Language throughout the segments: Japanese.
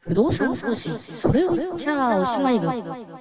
不動産投資、それを言っちゃおしまい部。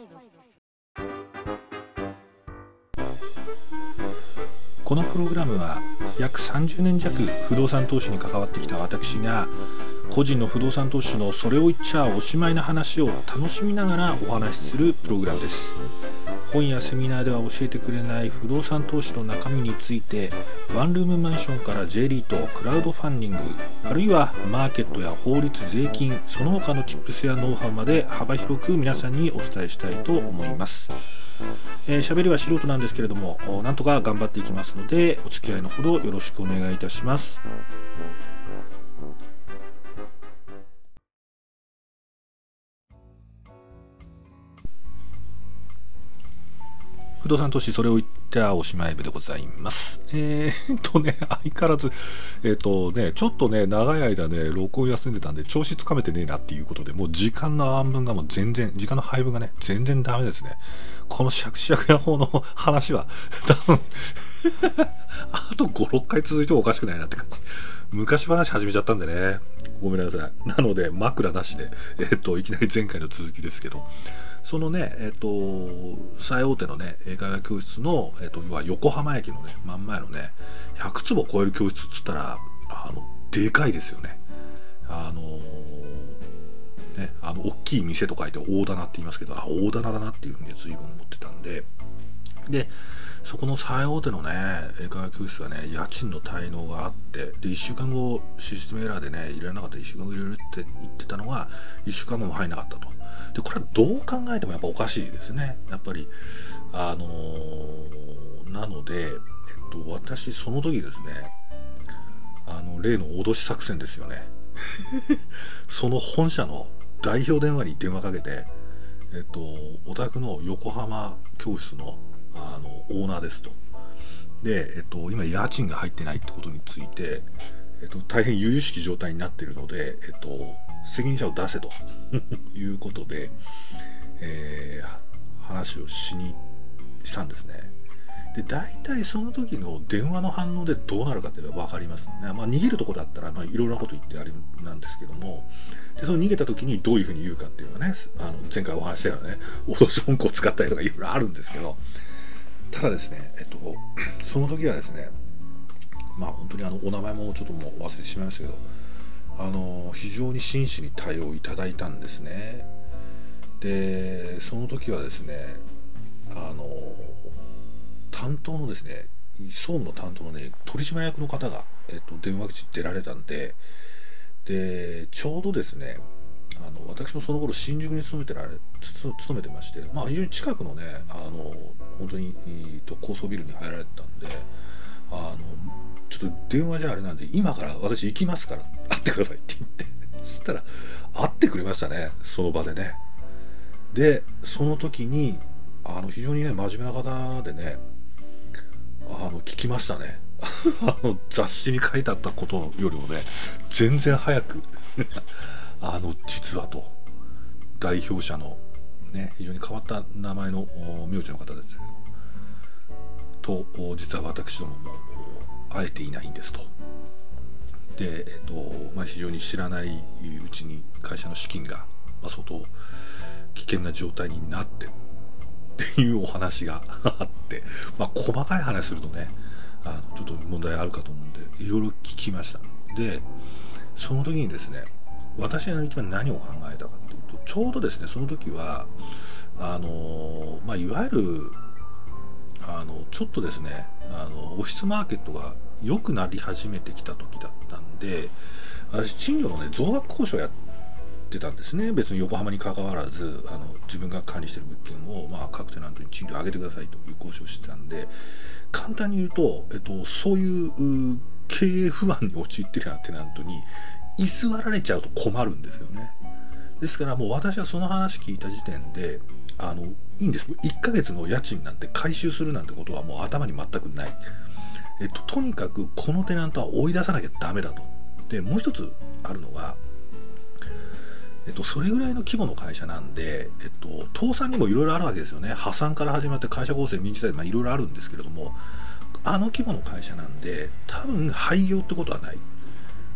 このプログラムは約30年弱不動産投資に関わってきた私が個人の不動産投資のそれを言っちゃおしまいな話を楽しみながらお話しするプログラムです。本やセミナーでは教えてくれない不動産投資の中身についてワンルームマンションから J リート、クラウドファンディング、あるいはマーケットや法律、税金、その他の Tips やノウハウまで幅広く皆さんにお伝えしたいと思います。喋りは素人なんですけれども、なんとか頑張っていきますので、お付き合いのほどよろしくお願いいたします。不動産投資、それを言っておしまい部でございます。相変わらず、ちょっとね、長い間ね、録音休んでたんで、調子つかめてねえなっていうことで、もう時間の配分がもう全然、時間の配分がね、全然ダメですね。このシャクシャクな方の話は、多分あと5、6回続いてもおかしくないなって感じ。昔話始めちゃったんでね、ごめんなさい。なので、枕なしで、いきなり前回の続きですけど、そのね、最大手のね、英会話教室の、要は横浜駅のね、真ん前のね、100坪超える教室っつったら、でかいですよね。大きい店と書いて大棚って言いますけど、大棚だなっていうふうに随分思ってたんで、で、そこの最大手のね、英会話教室はね、家賃の滞納があって、で、1週間後、システムエラーでね、入れなかったら1週間後入れるって言ってたのが、1週間後も入んなかったと。で、これはどう考えてもやっぱおかしいですね。やっぱり、なので、私、その時ですね、例の脅し作戦ですよね。その本社の代表電話に電話かけて、お宅の横浜教室のオーナーですと。で、今家賃が入ってないってことについて、大変由々しき状態になっているので、責任者を出せということで、話をしたんですね。で、大体その時の電話の反応でどうなるかっていうのは分かりますね。まあ、逃げるとこだったら、まあ、いろいろなこと言ってあれなんですけども、で、その逃げた時にどういうふうに言うかっていうのはね、前回お話したようなね、脅し文句を使ったりとかいろいろあるんですけど、ただですね、その時はですね、まあ本当にお名前もちょっともう忘れてしまいましたけど、非常に真摯に対応いただいたんですね。で、その時はですね、担当のですね、総務の担当のね、取締役の方が、電話口出られたんで、で、ちょうどですね、私もその頃新宿に勤めてまして、まあ、非常に近くのね、本当に、高層ビルに入られてたんで、あのちょっと電話じゃあれなんで今から私行きますから会ってくださいって言ってそしたら会ってくれましたね、その場でね。でその時に非常にね真面目な方でね、聞きましたね。雑誌に書いてあったことよりもね全然早く実はと、代表者のね非常に変わった名前の名字の方ですと、実は私どもも会えていないんですと。で、まあ、非常に知らないうちに会社の資金が、まあ、相当危険な状態になってっていうお話があって、まあ、細かい話するとねちょっと問題あるかと思うんでいろいろ聞きました。でその時にですね、私が一番何を考えたかっていうと、ちょうどですねその時はまあ、いわゆるちょっとですねオフィスマーケットが良くなり始めてきた時だったんで、私賃料のね増額交渉やってたんですね。別に横浜に関わらず自分が管理してる物件を、まあ、各テナントに賃料上げてくださいという交渉をしてたんで、簡単に言うと、そういう経営不安に陥ってるようなテナントに居座られちゃうと困るんですよね。ですからもう私はその話聞いた時点でいいんです。1ヶ月の家賃なんて回収するなんてことはもう頭に全くない。とにかくこのテナントは追い出さなきゃダメだと。でもう一つあるのが、それぐらいの規模の会社なんで、倒産にもいろいろあるわけですよね。破産から始まって会社構成、民事債、まあいろいろあるんですけれども、規模の会社なんで多分廃業ってことはない。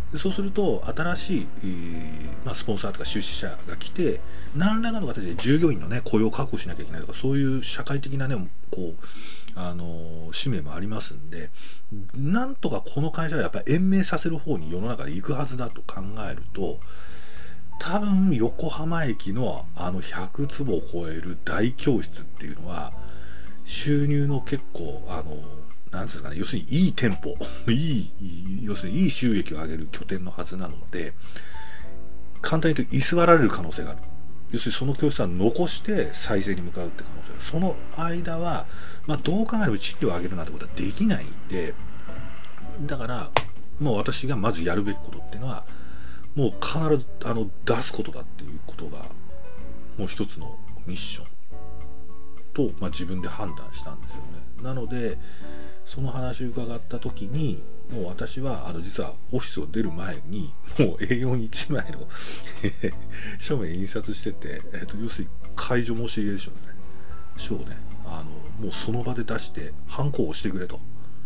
でそうすると新しい、スポンサーとか出資者が来て、何らかの形で従業員のね雇用を確保しなきゃいけないとか、そういう社会的なねこう使命もありますんで、なんとかこの会社はやっぱり延命させる方に世の中で行くはずだと考えると、多分横浜駅の100坪を超える大教室っていうのは収入の結構なんですかね、要するにいい店舗要するにいい収益を上げる拠点のはずなので、簡単に言うと居座られる可能性がある。要するにその教室は残して再生に向かうって可能性がある。その間は、どう考えても賃料を上げるなんてことはできないんで、だからもう私がまずやるべきことっていうのは、もう必ず出すことだっていうことがもう一つのミッションと、自分で判断したんですよね。なのでその話を伺った時に、もう私は実はオフィスを出る前にもう A41 枚の書面印刷してて、要するに解除申し入れ書ね、書をねもうその場で出してハンコを押してくれと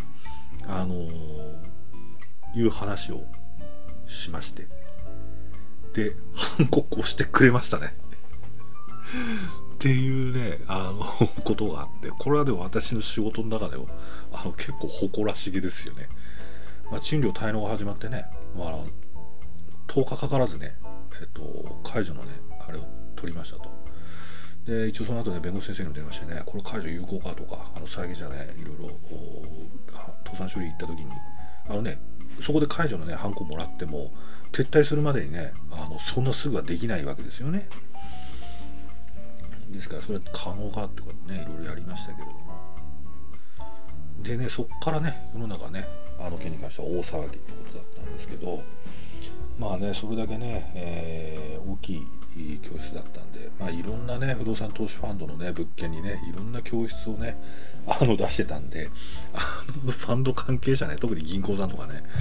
いう話をしまして、でハンコ押してくれましたねっていうねことがあって、これはでも私の仕事の中でも結構誇らしげですよね。賃料滞納が始まってね、10日かからずね、解除のねあれを取りましたと。で一応その後ね弁護士先生にも電話してね、これ解除有効かとか債務者ねいろいろ倒産処理行った時にそこで解除のねハンコもらっても撤退するまでにねそんなすぐはできないわけですよね。ですからそれは可能かってことねいろいろやりましたけれども、でねそっからね世の中ね件に関しては大騒ぎってことだったんですけど、それだけね、大きい教室だったんで、いろんなね不動産投資ファンドのね物件にねいろんな教室をね出してたんで、ファンド関係者ね、特に銀行さんとかね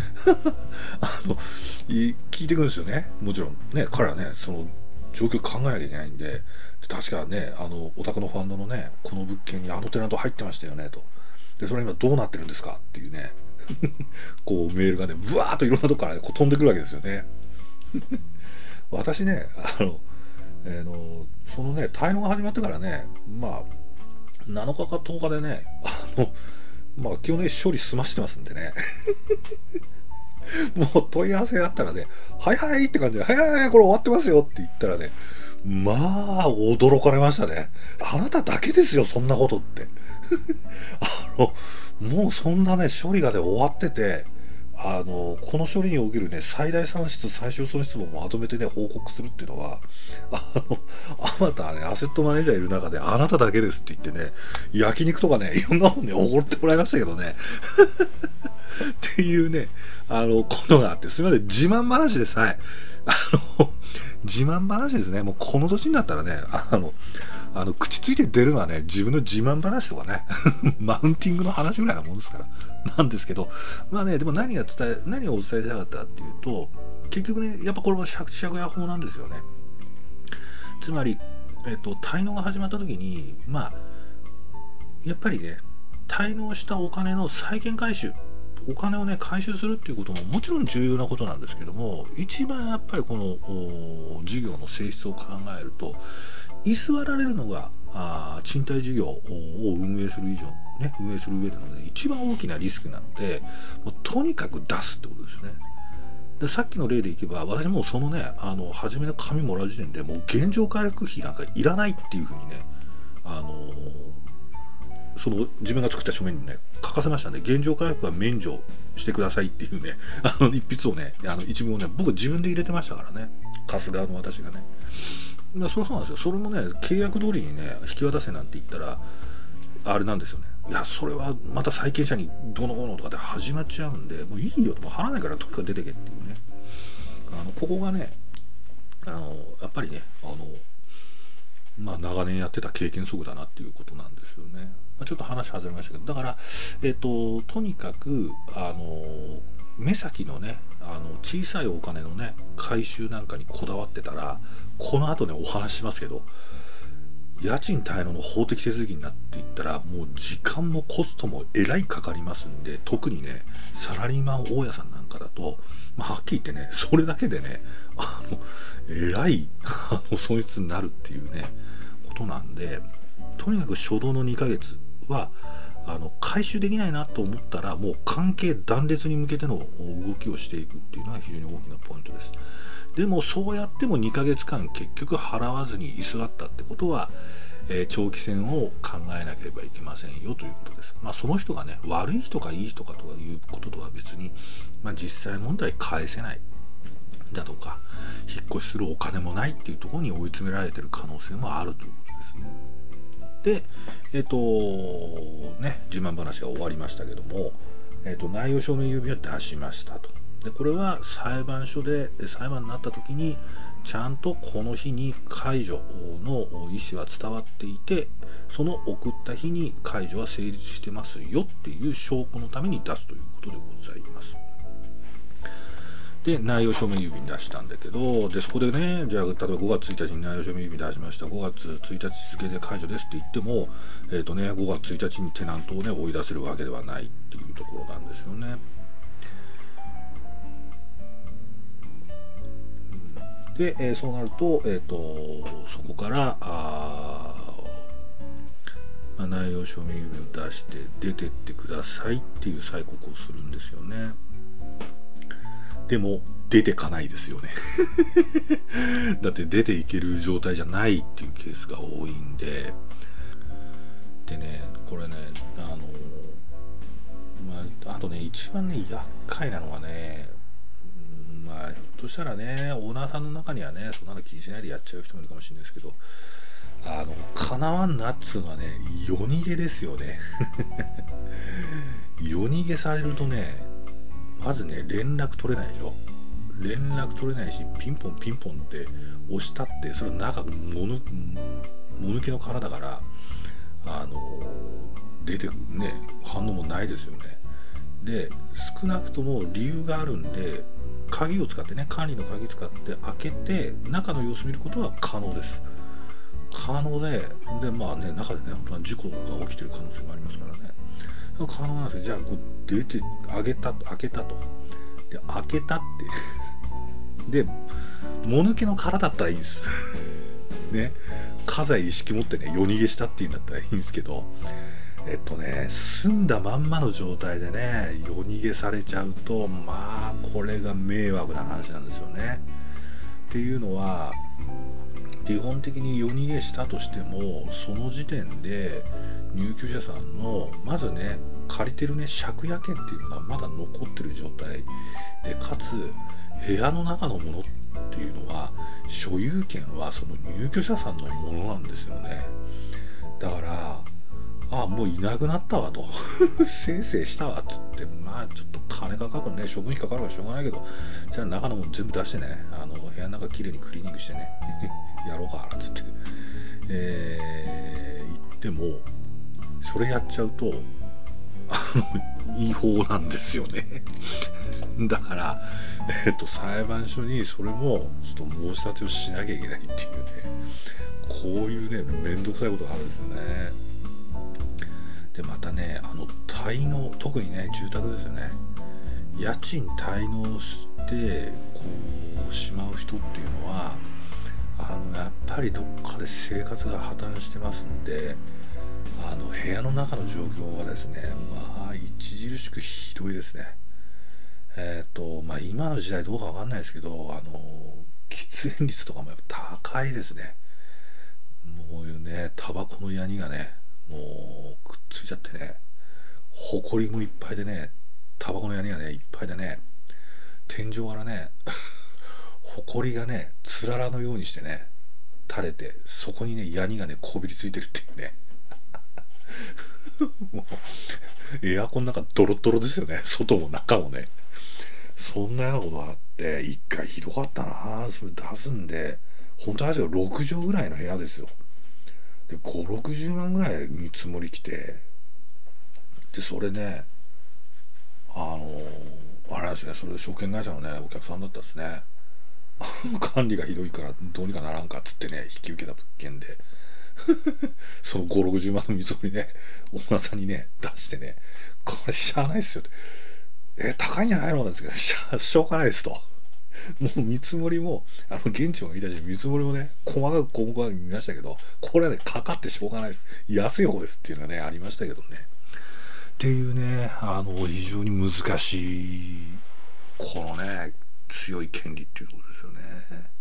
聞いてくるんですよね。もちろんね彼はねその状況考えなきゃいけないんで、確かねお宅のファンドのねこの物件にテナント入ってましたよねと、でそれ今どうなってるんですかっていうねこうメールがねブワーっといろんなとこから、ね、こう飛んでくるわけですよね私ねそのね滞納が始まってからね7日か10日でね基本ね処理済ましてますんでねもう問い合わせがあったらねはいはいって感じで、はいはいはいこれ終わってますよって言ったらね、驚かれましたね。あなただけですよそんなことってもうそんなね処理がね終わってて、この処理におけるね最大損失最小損失もまとめてね報告するっていうのはあまたねアセットマネージャーいる中であなただけですって言ってね、焼肉とかねいろんなもんねおごってもらいましたけどねっていうねことがあって、すみません自慢話です。はい自慢話ですね。もうこの年になったらね口ついて出るのはね自分の自慢話とかねマウンティングの話ぐらいなもんですからなんですけど、でも何をお伝えしたかったかっていうと、結局ねやっぱこれも借家法なんですよね。つまり滞納が始まった時にやっぱりね滞納したお金の債権回収、お金をね回収するっていうことももちろん重要なことなんですけども、一番やっぱりこの事業の性質を考えると、居座られるのが賃貸事業を運営する上での、ね、一番大きなリスクなので、もうとにかく出すってことですね。でさっきの例でいけば、私もそのね初めの紙もらう時点でもう現状回復費なんかいらないっていうふうにねその自分が作った書面にね書かせましたんで、現状回復は免除してくださいっていうね一筆をね一文をね僕自分で入れてましたからね、貸す側の私がね。そうなんですよ。それもね契約通りにね引き渡せなんて言ったらあれなんですよね。いやそれはまた債権者にどうのこうのとかで始まっちゃうんで、もういいよと、もう払わないからとにかく出てけっていうね、ここがねやっぱりね長年やってた経験則だなっていうことなんですよね。ちょっと話外れましたけど、だからとにかく目先のね小さいお金のね回収なんかにこだわってたら、この後ねお話ししますけど、 家賃滞納の法的手続きになっていったらもう時間もコストもえらいかかりますんで、特にねサラリーマン大家さんなんかだと、はっきり言ってねそれだけでねえらい損失になるっていうねことなんで、とにかく初動の2ヶ月は回収できないなと思ったらもう関係断絶に向けての動きをしていくっていうのが非常に大きなポイントです。でもそうやっても2ヶ月間結局払わずに居座ったってことは、長期戦を考えなければいけませんよということです。その人がね悪い人かいい人かということとは別に、実際問題返せないだとか引っ越しするお金もないっていうところに追い詰められてる可能性もあるということですね。で自慢話が終わりましたけども、内容証明郵便を出しましたと。でこれは裁判所で裁判になった時にちゃんとこの日に解除の意思は伝わっていて、その送った日に解除は成立してますよっていう証拠のために出すということでございます。で内容証明郵便出したんだけど、でそこでねじゃあ例えば5月1日に内容証明郵便出しました、5月1日付で解除ですって言っても、5月1日にテナントをね追い出せるわけではないっていうところなんですよね。で、そうなると、そこから内容証明郵便を出して出てってくださいっていう催告をするんですよね。でも出てかないですよねだって出ていける状態じゃないっていうケースが多いんで、でねこれねあとね一番ね厄介なのはね、ひょっとしたらねオーナーさんの中にはねそんなの気にしないでやっちゃう人もいるかもしれないですけど、かなわんなっつうのはね夜逃げですよね夜逃げされるとねまずね連絡取れないでしょ。連絡取れないしピンポンピンポンって押したってそれ中もぬけの殻だから出てくるね反応もないですよね。で少なくとも理由があるんで鍵を使ってね管理の鍵使って開けて中の様子見ることは可能です。可能で中でね本当は事故が起きてる可能性もありますからね可能なんですよ。じゃあこう出て開けたとで開けたってでもぬけの殻だったらいいですね、家財意識持ってね夜逃げしたっていうんだったらいいんですけど、住んだまんまの状態でね夜逃げされちゃうとこれが迷惑な話なんですよね。っていうのは基本的に夜逃げしたとしてもその時点で入居者さんのまずね借りてるね借家権っていうのがまだ残ってる状態で、かつ部屋の中のものっていうのは所有権はその入居者さんのものなんですよね。だからもういなくなったわとせいせいしたわっつってちょっと金かかるね処分費かかるからしょうがないけどじゃあ中のもの全部出してね部屋の中きれいにクリーニングしてねやろうかなっつって言ってもそれやっちゃうと違法なんですよねだから裁判所にそれもちょっと申し立てをしなきゃいけないっていうねこういうねめんどくさいことがあるんですよね。でまたね滞納特にね住宅ですよね。家賃滞納してこうしまう人っていうのはやっぱりどっかで生活が破綻してますんで部屋の中の状況はですね著しくひどいですね。今の時代どうかわかんないですけど喫煙率とかもやっぱ高いですね。もうねタバコのヤニがねもうくっついちゃってねほこりもいっぱいでねタバコのヤニがねいっぱいでね天井からねほこりがねつららのようにしてね垂れてそこにねヤニがねこびりついてるっていうねもうエアコンなんかドロドロですよね外も中もね。そんなようなことがあって一回ひどかったなそれ出すんで本当はですよ6畳ぐらいの部屋ですよ。で5、60万ぐらい見積もりきてでそれねあれなんですねそれ証券会社のねお客さんだったんですね管理がひどいからどうにかならんかっつってね引き受けた物件でその5、60万の見積もりね、オーナーさんにね、出してね、これしゃあないっすよって。高いんじゃないのなんですけど、しょうがないですと。もう見積もりも、現地も見たし、見積もりもね、細かく細かく見ましたけど、これはね、かかってしょうがないです。安い方ですっていうのがね、ありましたけどね。っていうね、非常に難しい、このね、強い権利っていうことですよね。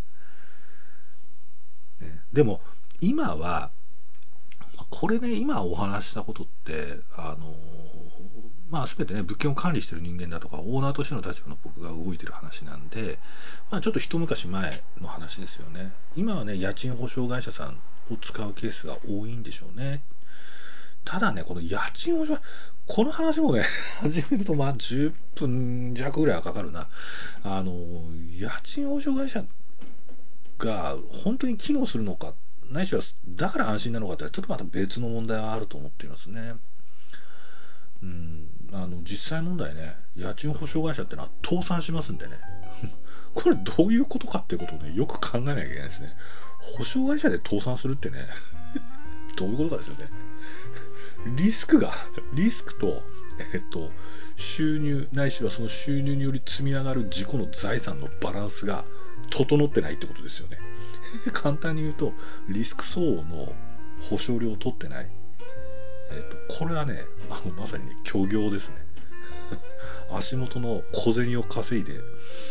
でも、今は、これね、今お話したことって、全てね、物件を管理してる人間だとか、オーナーとしての立場の僕が動いてる話なんで、ちょっと一昔前の話ですよね。今はね、家賃保証会社さんを使うケースが多いんでしょうね。ただね、この家賃保証、この話もね、始めると10分弱ぐらいはかかるな。家賃保証会社が本当に機能するのか、ないしはだから安心なのかって、ちょっとまた別の問題はあると思っていますね。実際問題ね、家賃保証会社ってのは倒産しますんでね。これどういうことかっていうことをね、よく考えなきゃいけないですね。保証会社で倒産するってね、どういうことかですよね。リスクと、収入ないしはその収入により積み上がる自己の財産のバランスが整ってないってことですよね。簡単に言うと、リスク相応の保証料を取ってない。これはね、まさにね、虚業ですね。足元の小銭を稼いで、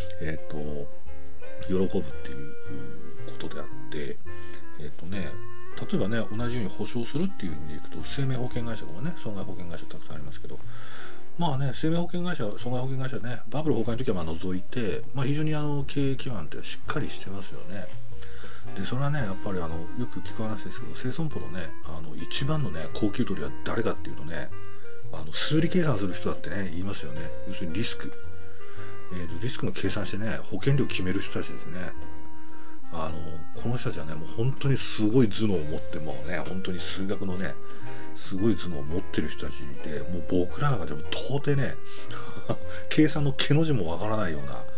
喜ぶっていうことであって、例えばね、同じように保証するっていう意味でいくと、生命保険会社とかね、損害保険会社たくさんありますけど、生命保険会社、損害保険会社ね、バブル崩壊の時は除いて、非常に経営基盤ってしっかりしてますよね。でそれはね、やっぱりよく聞く話ですけど、生損保のね、一番のね、高級取りは誰かっていうとね、数理計算する人だってね、言いますよね。要するにリスク。リスクの計算してね、保険料を決める人たちですね。この人たちはね、もう本当にすごい頭脳を持って、もうね、本当に数学のね、すごい頭脳を持ってる人たちで、もう僕らなんかでも到底ね、計算の毛の字もわからないような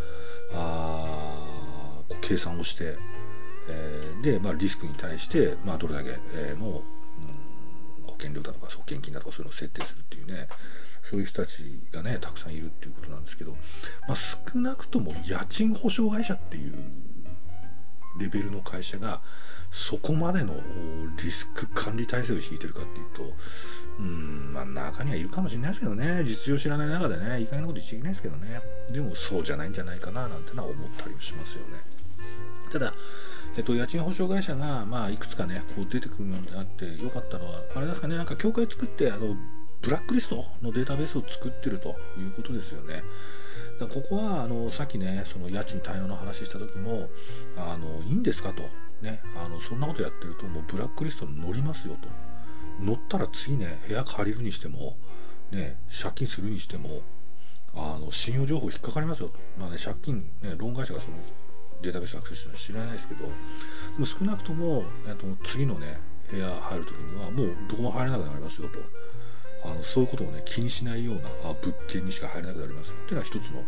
計算をして、で、リスクに対して、どれだけの、保険料だとか保険金だとかそういうのを設定するっていうね、そういう人たちがね、たくさんいるっていうことなんですけど、少なくとも家賃保証会社っていうレベルの会社がそこまでのリスク管理体制を敷いてるかっていうと、中にはいるかもしれないですけどね、実情知らない中でね、いい加減なこと言っちゃいけないですけどね、でもそうじゃないんじゃないかななんてのは思ったりもしますよね。ただ、家賃保証会社が、いくつかね、こう出てくるようになってよかったのは、あれですかね、なんか協会作って、ブラックリストのデータベースを作ってるということですよね。だからここはさっきね、その家賃滞納の話した時も、いいんですかと、ね、そんなことやってると、もうブラックリストに載りますよと。載ったら次ね、部屋借りるにしても、ね、借金するにしても、信用情報引っかかりますよと。借金、ね、ローン会社がそのデータベースアクセスしてるのは知らないですけど、でも少なくとも、次のね、部屋入るときには、もうどこも入れなくなりますよと。そういうことをね、気にしないような物件にしか入れなくなりますよっていうのは一つの、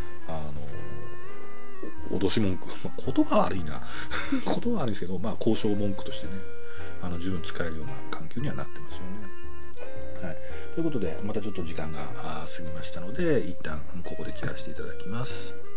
脅し文句。言葉悪いな。言葉悪いですけど、交渉文句としてね、十分使えるような環境にはなってますよね。はい。ということで、またちょっと時間が過ぎましたので、一旦ここで切らせていただきます。